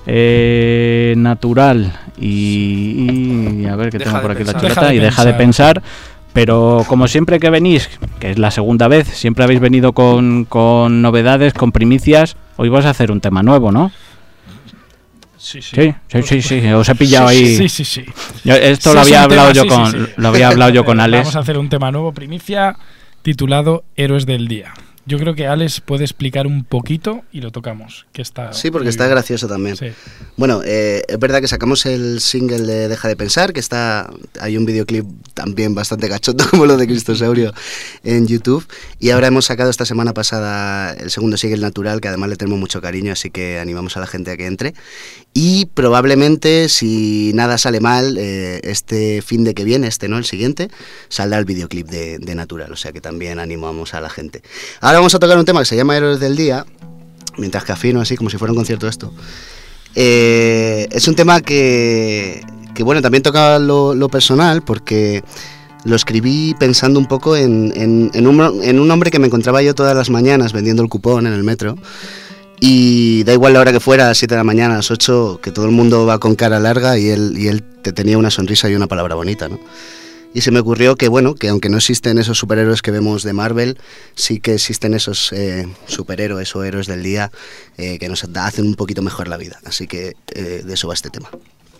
Natural y a ver que tengo por aquí la chuleta, y Deja de Pensar. Pero como siempre que venís, que es la segunda vez, siempre habéis venido con novedades, con primicias. Hoy vas a hacer un tema nuevo, ¿no? Sí. Os he pillado ahí. Sí. Esto lo había hablado yo con Alex. Vamos a hacer un tema nuevo, primicia, titulado Héroes del Día. Yo creo que Alex puede explicar un poquito y lo tocamos. Que está sí, porque está gracioso también. Sí. Bueno, es verdad que sacamos el single de Deja de Pensar, que hay un videoclip también bastante cachondo como lo de Cristosaurio en YouTube, y ahora hemos sacado esta semana pasada el segundo single, Natural, que además le tenemos mucho cariño, así que animamos a la gente a que entre. Y probablemente, si nada sale mal, este fin de que viene, no el siguiente, saldrá el videoclip de Natural, o sea que también animamos a la gente. Ahora vamos a tocar un tema que se llama Héroes del Día, mientras que afino así como si fuera un concierto esto. Es un tema que bueno, también toca lo personal, porque lo escribí pensando un poco en un hombre que me encontraba yo todas las mañanas vendiendo el cupón en el metro. Y da igual la hora que fuera, a las 7 de la mañana, a las 8, que todo el mundo va con cara larga y él te tenía una sonrisa y una palabra bonita, ¿no? Y se me ocurrió que, bueno, que aunque no existen esos superhéroes que vemos de Marvel, sí que existen esos superhéroes o héroes del día que nos hacen un poquito mejor la vida. Así que de eso va este tema.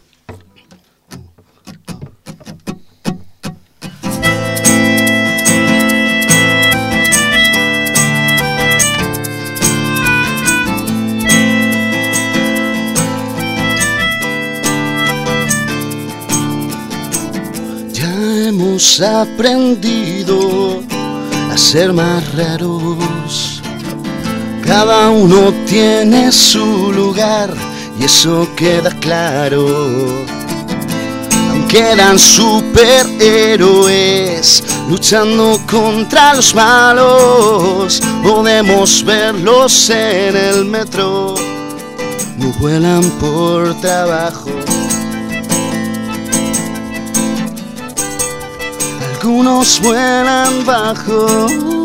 Hemos aprendido a ser más raros. Cada uno tiene su lugar y eso queda claro. Aunque eran superhéroes luchando contra los malos, podemos verlos en el metro. No vuelan por trabajo. Algunos vuelan bajo.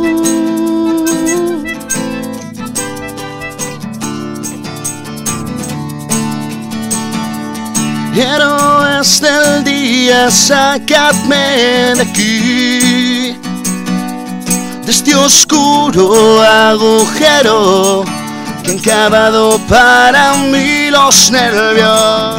Héroes del día, sacadme de aquí, de este oscuro agujero que han cavado para mí los nervios.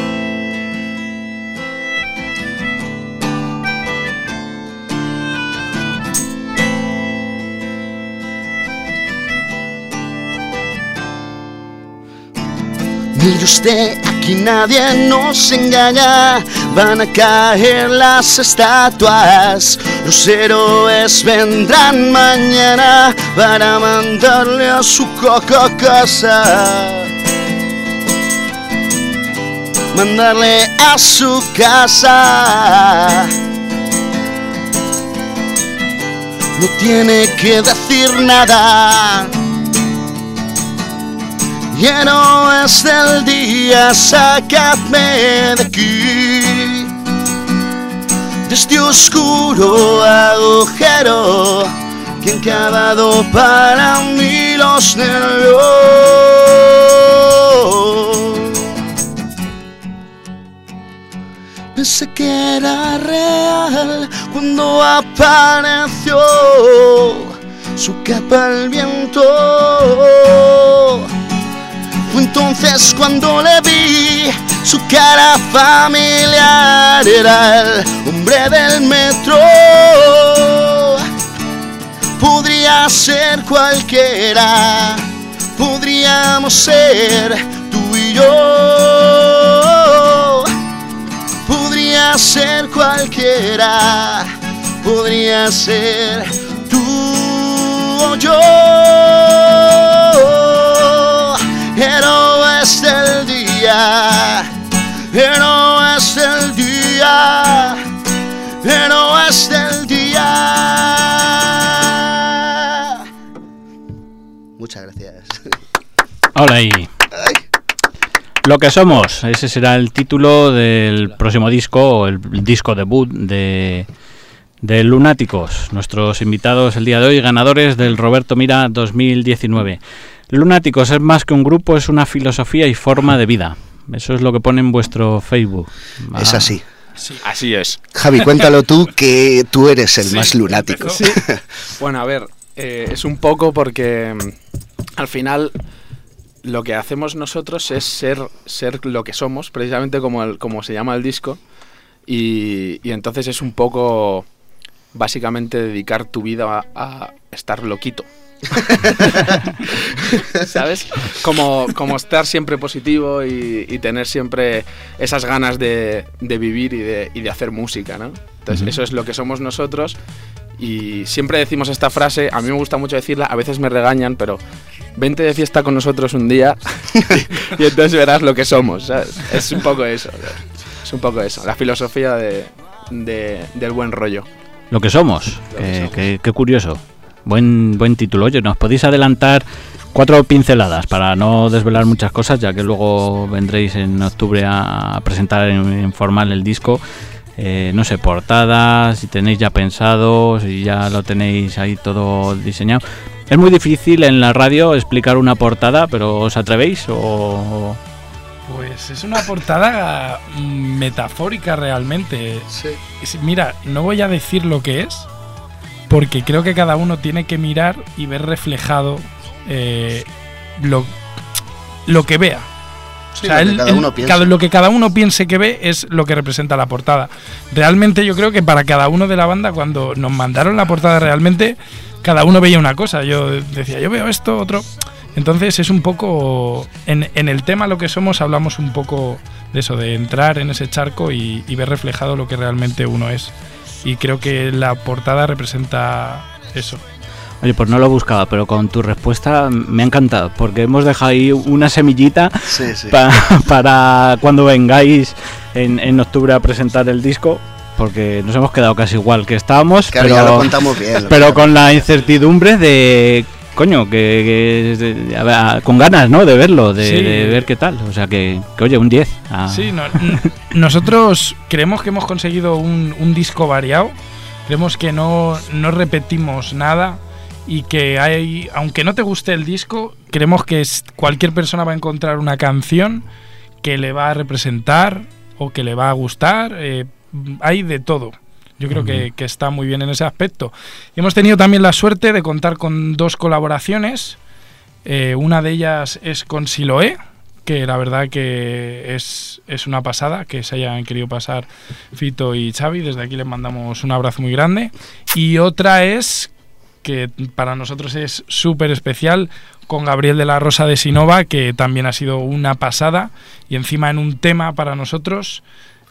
Mire usted, aquí nadie nos engaña. Van a caer las estatuas. Los héroes vendrán mañana para mandarle a su casa. Mandarle a su casa. No tiene que decir nada. Héroes del día, sacadme de aquí, de este oscuro agujero que han cavado para mí los nervios. Pensé que era real cuando apareció su capa al viento. Fue entonces cuando le vi su cara familiar. Era el hombre del metro. Podría ser cualquiera. Podríamos ser tú y yo. Podría ser cualquiera. Podría ser tú o yo. Héroes del día, héroes del día, héroes del día. Muchas gracias. Hola ahí. Lo que somos, ese será el título del próximo disco, o el disco debut de Lunáticos, nuestros invitados el día de hoy, ganadores del Roberto Mira 2019. Lunáticos es más que un grupo, es una filosofía y forma de vida. Eso es lo que pone en vuestro Facebook. Es así. Sí. Así es. Javi, cuéntalo tú, que tú eres el más lunático. Sí. Bueno, a ver, es un poco porque al final lo que hacemos nosotros es ser lo que somos, precisamente como se llama el disco, y entonces es un poco básicamente dedicar tu vida a estar loquito. ¿Sabes? Como estar siempre positivo y tener siempre esas ganas de vivir y de hacer música, ¿no? Entonces eso es lo que somos nosotros. Y siempre decimos esta frase, a mí me gusta mucho decirla, a veces me regañan, pero vente de fiesta con nosotros un día y entonces verás lo que somos, ¿sabes? Es un poco eso, ¿sabes? Es un poco eso, la filosofía del buen rollo. Lo que somos, qué curioso. Buen título. Oye, ¿nos podéis adelantar 4 pinceladas para no desvelar muchas cosas, ya que luego vendréis en octubre a presentar en formal el disco? No sé, portadas, si tenéis ya pensado, si ya lo tenéis ahí todo diseñado. Es muy difícil en la radio explicar una portada, pero ¿os atrevéis o...? Pues es una portada metafórica realmente. Sí. Mira, no voy a decir lo que es, porque creo que cada uno tiene que mirar y ver reflejado lo que vea. Sí, o sea, lo que cada uno piense que ve es lo que representa la portada. Realmente yo creo que para cada uno de la banda, cuando nos mandaron la portada, realmente cada uno veía una cosa. Yo decía, yo veo esto, otro. Entonces es un poco... En el tema lo que somos hablamos un poco de eso, de entrar en ese charco y ver reflejado lo que realmente uno es. Y creo que la portada representa eso. Oye, pues no lo buscaba, pero con tu respuesta me ha encantado, porque hemos dejado ahí una semillita para cuando vengáis en octubre a presentar el disco, porque nos hemos quedado casi igual que estábamos, claro, pero, ya lo contamos bien, pero con la incertidumbre de... Coño, con ganas, ¿no? De verlo, de ver qué tal. O sea, que oye, un 10. Sí, nosotros creemos que hemos conseguido un disco variado. Creemos que no repetimos nada y que hay, aunque no te guste el disco, creemos que cualquier persona va a encontrar una canción que le va a representar o que le va a gustar. Hay de todo. Yo creo que está muy bien en ese aspecto. Y hemos tenido también la suerte de contar con 2 colaboraciones. Una de ellas es con Siloé, que la verdad que es una pasada, que se hayan querido pasar Fito y Xavi. Desde aquí les mandamos un abrazo muy grande. Y otra es, que para nosotros es súper especial, con Gabriel de la Rosa de Sinova, que también ha sido una pasada. Y encima en un tema para nosotros...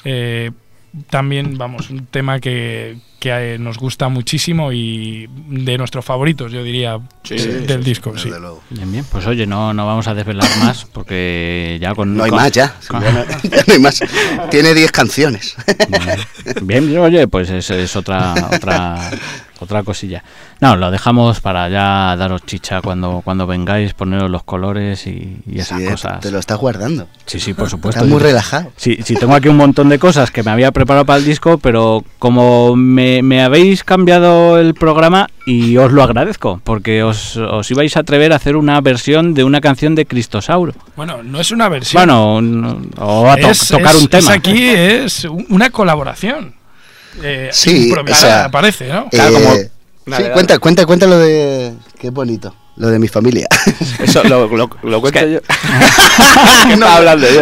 también, vamos, un tema que nos gusta muchísimo y de nuestros favoritos, yo diría, del disco. Sí. Bien, pues oye, no vamos a desvelar más, porque ya con... No hay más, ya no hay más. Tiene 10 canciones. Bien, oye, pues es otra cosilla. No, lo dejamos para ya daros chicha cuando vengáis, poneros los colores y esas cosas. Te lo estás guardando. Sí, por supuesto. Estás muy relajado. Sí, tengo aquí un montón de cosas que me había preparado para el disco, pero como me habéis cambiado el programa, y os lo agradezco, porque os ibais a atrever a hacer una versión de una canción de Cristosauro. Bueno, no es una versión. Bueno, o a tocar un tema. Es una colaboración. Improvisada, parece, ¿no? Claro, cuenta lo de... Qué bonito. Lo de mi familia. Eso lo cuento yo. ¿Qué estaba hablando yo?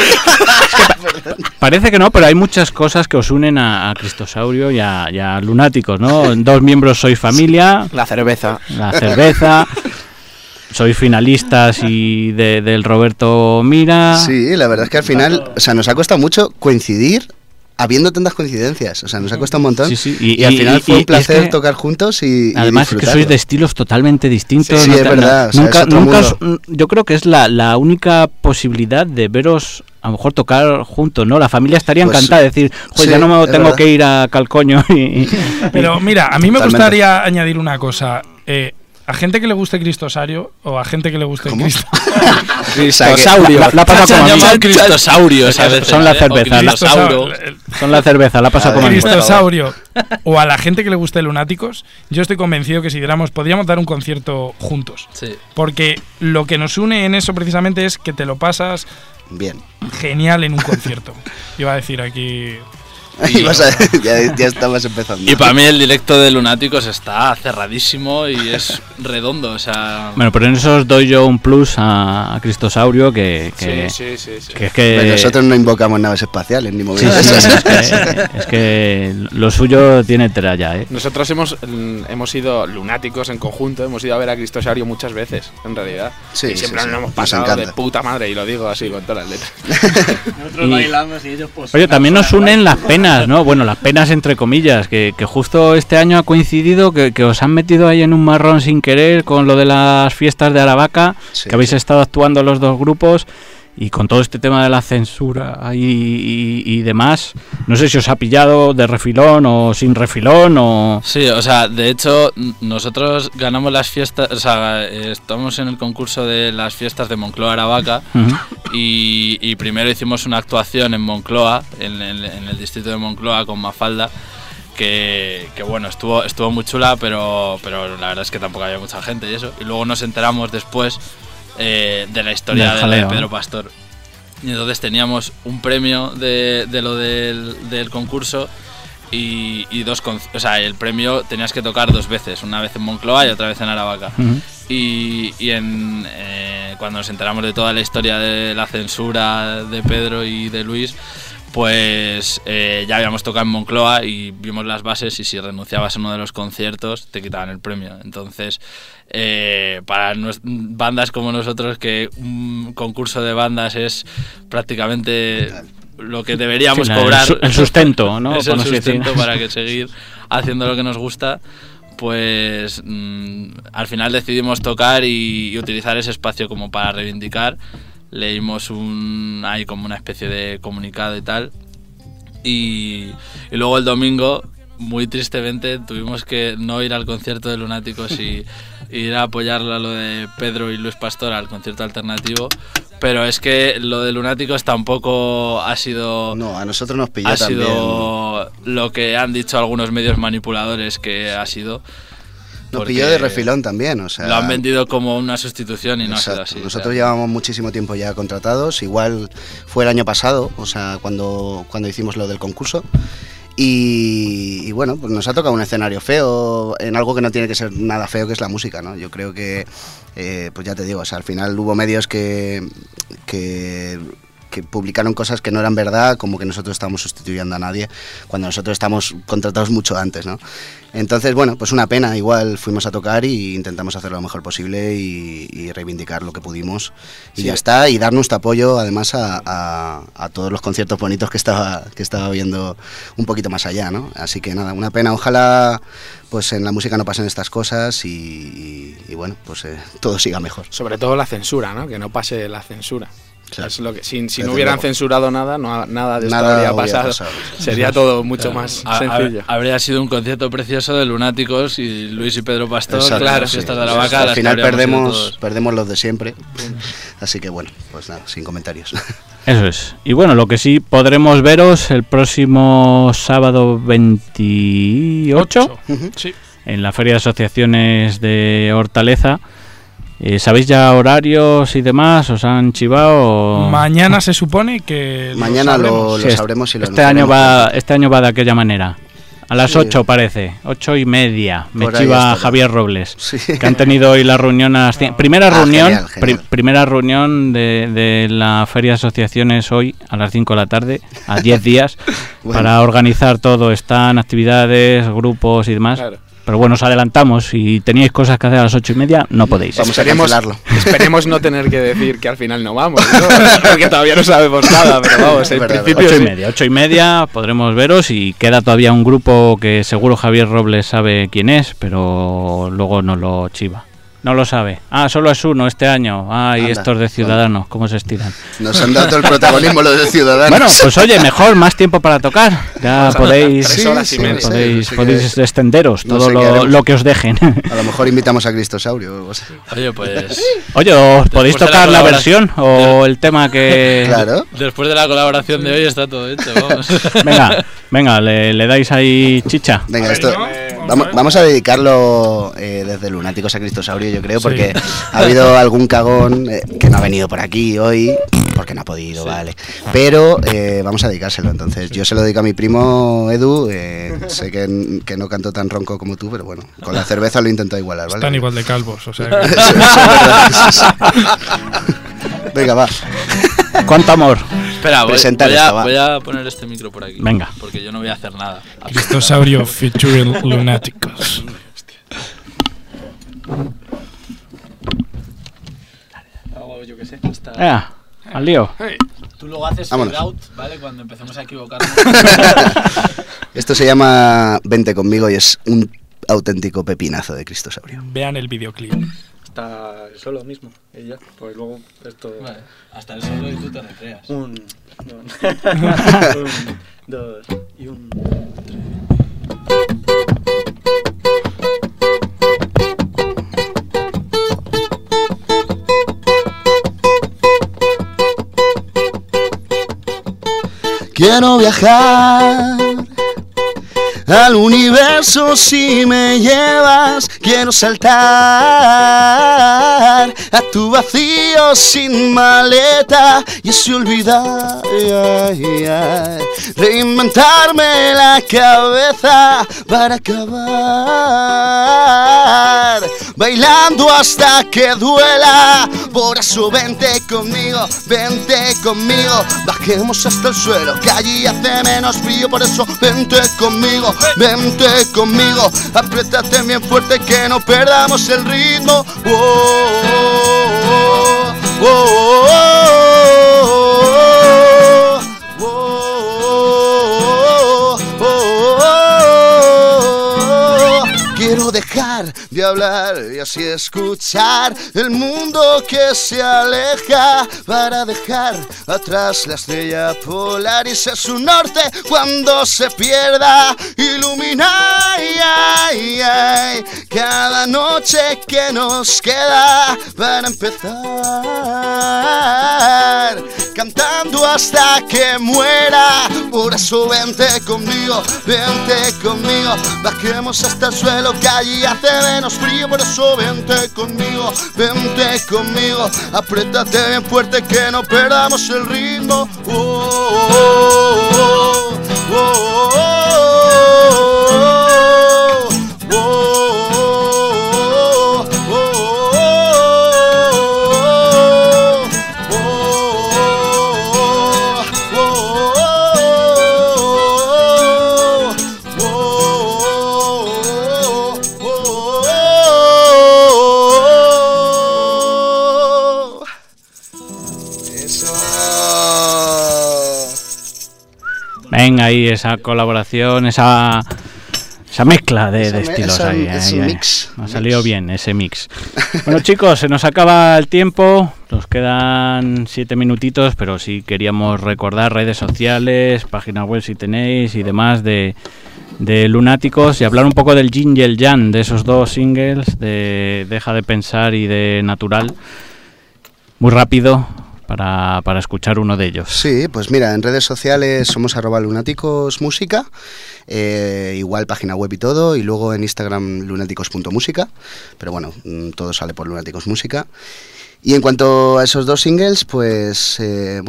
Parece que no, pero hay muchas cosas que os unen a Cristosaurio y a Lunáticos, ¿no? 2 miembros sois familia. La cerveza. Sois finalistas y del Roberto Mira. Sí, la verdad es que al final, o sea, nos ha costado mucho coincidir, habiendo tantas coincidencias. O sea, nos ha costado un montón. Sí. Y al final fue un placer tocar juntos y además es que sois de estilos totalmente distintos. Sí, es verdad. Nunca yo creo que es la única posibilidad de veros a lo mejor tocar juntos, ¿no? La familia estaría encantada de decir, pues ya no me tengo que ir a Calcoño. Pero mira, a mí me gustaría añadir una cosa. A gente que le guste Cristosaurio o a gente que le guste Cristosaurio. La pasa como a mí. Cristosaurio, ¿sabes? Son la cerveza. Son la cerveza, la pasa como a mí. Cristosaurio o a la gente que le guste Lunáticos, yo estoy convencido que si podríamos dar un concierto juntos. Sí. Porque lo que nos une en eso precisamente es que te lo pasas bien, genial en un concierto. Iba a decir aquí... ya estabas empezando. Y para mí el directo de Lunáticos está cerradísimo y es redondo, o sea... Bueno, pero en eso os doy yo un plus a Cristosaurio que sí. Que es que... Pero nosotros no invocamos naves espaciales ni movidas. Es que lo suyo tiene tela ya, ¿eh? Nosotros hemos ido Lunáticos en conjunto, hemos ido a ver a Cristosaurio muchas veces, en realidad. Sí, y siempre nos lo hemos pasado de puta madre, y lo digo así con todas las letras. Nosotros bailamos y ellos pues... Oye, también nos unen las penas, ¿no? Bueno, las penas entre comillas, que justo este año ha coincidido que os han metido ahí en un marrón sin querer con lo de las fiestas de Aravaca, que habéis estado actuando los 2 grupos Y con todo este tema de la censura y demás, no sé si os ha pillado de refilón o sin refilón o... Sí, o sea, de hecho, nosotros ganamos las fiestas, o sea, estamos en el concurso de las fiestas de Moncloa Aravaca. Y primero hicimos una actuación en Moncloa, en el distrito de Moncloa con Mafalda, que bueno, estuvo muy chula, pero la verdad es que tampoco había mucha gente y eso. Y luego nos enteramos después de la historia de Pedro Pastor. Y entonces teníamos un premio de lo del concurso y o sea, el premio tenías que tocar 2 veces, una vez en Moncloa y otra vez en Aravaca. Y cuando nos enteramos de toda la historia de la censura de Pedro y de Luis, pues ya habíamos tocado en Moncloa y vimos las bases, y si renunciabas a uno de los conciertos te quitaban el premio. Entonces, para bandas como nosotros, que un concurso de bandas es prácticamente lo que deberíamos cobrar, el sustento, ¿no? Es el sustento para que seguir haciendo lo que nos gusta. Pues al final decidimos tocar y utilizar ese espacio como para reivindicar. Leímos hay como una especie de comunicado y tal, y luego el domingo, muy tristemente, tuvimos que no ir al concierto de Lunáticos y ir a apoyar a lo de Pedro y Luis Pastor al concierto alternativo. Pero es que lo de Lunáticos tampoco ha sido... No, a nosotros nos pilló también. Ha sido lo que han dicho algunos medios manipuladores que ha sido. Nos pilló de refilón también, o sea... Lo han vendido como una sustitución y no ha sido así. Nosotros llevamos muchísimo tiempo ya contratados, igual fue el año pasado, o sea, cuando hicimos lo del concurso. Y bueno, pues nos ha tocado un escenario feo, en algo que no tiene que ser nada feo, que es la música, ¿no? Yo creo que, pues ya te digo, o sea, al final hubo medios que publicaron cosas que no eran verdad, como que nosotros estábamos sustituyendo a nadie, cuando nosotros estamos contratados mucho antes, ¿no? Entonces, bueno, pues una pena, igual fuimos a tocar y intentamos hacer lo mejor posible y reivindicar lo que pudimos, y ya está, y dar nuestro apoyo además a todos los conciertos bonitos que estaba viendo un poquito más allá, ¿no? Así que nada, una pena, ojalá pues en la música no pasen estas cosas y bueno, pues todo siga mejor. Sobre todo la censura, ¿no? Que no pase la censura. Claro. Es lo que, si no hubieran luego censurado nada de esto habría pasado. Sería todo mucho más sencillo. Habría sido un concierto precioso de Lunáticos y Luis y Pedro Pastor. Exacto, claro, fiestas de Aravaca. Al final perdemos los de siempre. Así que bueno, pues nada, sin comentarios. Eso es. Y bueno, lo que sí podremos veros el próximo sábado 28 sí, en la Feria de Asociaciones de Hortaleza. ¿Sabéis ya horarios y demás? ¿Os han chivado? Mañana se supone que mañana lo sabremos y lo este año va de aquella manera. A las 8 parece, 8:30. Me chiva Javier Robles, que han tenido hoy la reunión a las 5. Primera reunión de la Feria de Asociaciones hoy a las 5 de la tarde, a 10 días, para organizar todo. Están actividades, grupos y demás. Claro. Pero bueno, os adelantamos, si teníais cosas que hacer a las 8:30, no podéis. Vamos a cancelarlo. Esperemos no tener que decir que al final no vamos, ¿no? Porque todavía no sabemos nada, pero vamos, en principio 8:30 podremos veros, y queda todavía un grupo que seguro Javier Robles sabe quién es, pero luego no lo chiva. No lo sabe. Solo es uno este año. Y estos de Ciudadanos, ¿cómo se estiran? Nos han dado todo el protagonismo los de Ciudadanos. Bueno, pues oye, mejor, más tiempo para tocar. Ya podéis extenderos todo lo que os dejen. A lo mejor invitamos a Cristosaurio. Oye, pues... Oye, ¿os podéis tocar la versión o el tema que...? Claro. Después de la colaboración de hoy está todo hecho, vamos. Venga, le dais ahí chicha. Venga, esto... Vamos a dedicarlo desde Lunáticos a Cristosaurio, yo creo, porque ha habido algún cagón que no ha venido por aquí hoy, porque no ha podido, vale. Pero vamos a dedicárselo, entonces. Yo se lo dedico a mi primo Edu, sé que no canto tan ronco como tú, pero bueno, con la cerveza lo intento igualar, ¿vale? Están igual de calvos, o sea que... Eso es verdad, sí. Venga, va. ¿Cuánto amor? Espera, voy a poner este micro por aquí. Venga. Porque yo no voy a hacer nada. Cristosaurio featuring Lunáticos. Yo qué sé. Al lío. Tú luego haces fade out, ¿vale? Cuando empecemos a equivocarnos. Esto se llama Vente conmigo y es un auténtico pepinazo de Cristosaurio. Vean el videoclip. hasta el solo mismo y ya, pues luego esto... Vale, hasta el solo y tú te recreas. 1, 2 y 1, 3. Quiero viajar al universo si me llevas, quiero saltar a tu vacío sin maleta y así olvidar, reinventarme la cabeza para acabar bailando hasta que duela. Por eso vente conmigo, bajemos hasta el suelo, que allí hace menos frío. Por eso vente conmigo, apriétate bien fuerte que no perdamos el ritmo. Quiero dejar de hablar y así escuchar el mundo que se aleja, para dejar atrás la estrella polar y ser su norte cuando se pierda. Iluminar cada noche que nos queda para empezar, cantando hasta que muera. Por eso vente conmigo, bajemos hasta el suelo, que allí hace menos frío. Por eso vente conmigo, apriétate bien fuerte que no perdamos el ritmo. Venga, ahí esa colaboración, esa mezcla de estilos ahí. Mix. Ha salido bien ese mix. Bueno, chicos, se nos acaba el tiempo. Nos quedan 7 minutitos, pero sí queríamos recordar redes sociales, página web si tenéis y demás de Lunáticos, y hablar un poco del Yin y el Yang, de esos dos singles, de Deja de Pensar y de Natural. Muy rápido, para escuchar uno de ellos. Sí, pues mira, en redes sociales somos @lunáticosmusica, igual página web y todo, y luego en Instagram lunáticos.música, pero bueno, todo sale por Lunáticos Música. Y en cuanto a esos dos singles, pues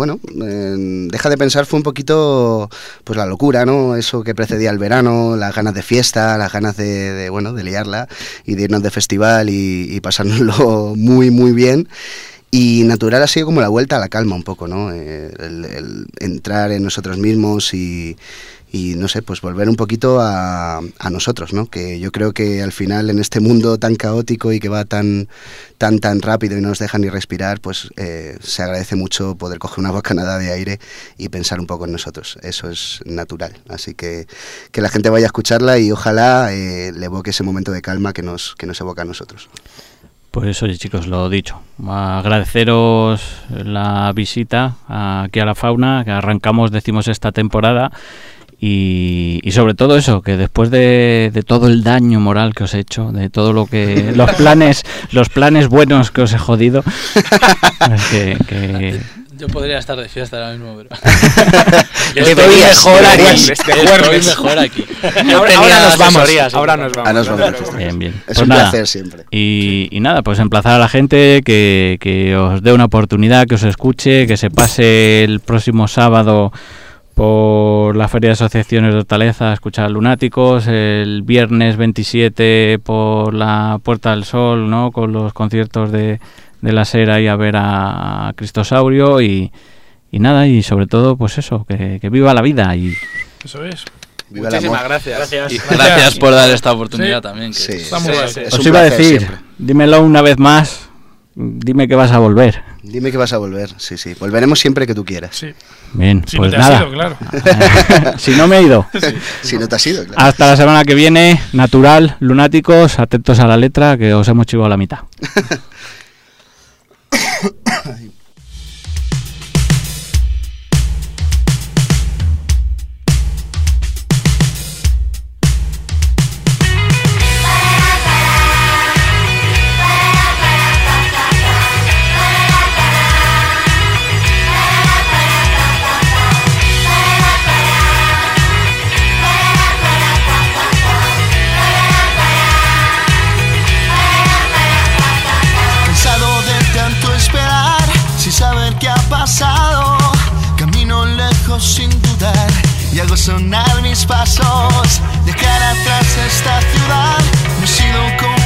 Deja de Pensar fue un poquito pues la locura, ¿no? Eso que precedía el verano, las ganas de fiesta, las ganas de liarla y de irnos de festival y pasárnoslo muy muy bien. Y Natural ha sido como la vuelta a la calma un poco, ¿no? El entrar en nosotros mismos y no sé, pues volver un poquito a nosotros, ¿no? Que yo creo que al final en este mundo tan caótico y que va tan rápido y no nos deja ni respirar, pues se agradece mucho poder coger una bocanada de aire y pensar un poco en nosotros. Eso es Natural. Así que la gente vaya a escucharla y ojalá le evoque ese momento de calma que nos evoca a nosotros. Pues oye, chicos, lo dicho, agradeceros la visita aquí a La Fauna, que arrancamos, decimos, esta temporada, y sobre todo eso, que después de todo el daño moral que os he hecho, de todo lo que los planes buenos que os he jodido, que yo podría estar de fiesta ahora mismo, pero estoy mejor aquí. Ahora nos vamos. Bien. Es pues un nada, placer siempre. Y nada, pues emplazar a la gente que os dé una oportunidad, que os escuche, que se pase el próximo sábado por la Feria de Asociaciones de Hortaleza a escuchar a Lunáticos, el viernes 27 por la Puerta del Sol, ¿no? Con los conciertos de la Sera y a ver a Cristosaurio y nada, y sobre todo pues eso, que viva la vida y eso es. Viva Muchísimas gracias. gracias por dar esta oportunidad también. Que Sí. Está muy guay. os iba a decir, siempre. dímelo una vez más, dime que vas a volver. Dime que vas a volver, sí. Volveremos siempre que tú quieras. Sí. Bien, Si pues no te has nada. ido, claro. Si no me he ido. Si no te has ido, claro. Hasta la semana que viene, Natural, Lunáticos, atentos a la letra, que os hemos chivado la mitad. camino sin dudar y hago sonar mis pasos. Dejar atrás esta ciudad no ha sido como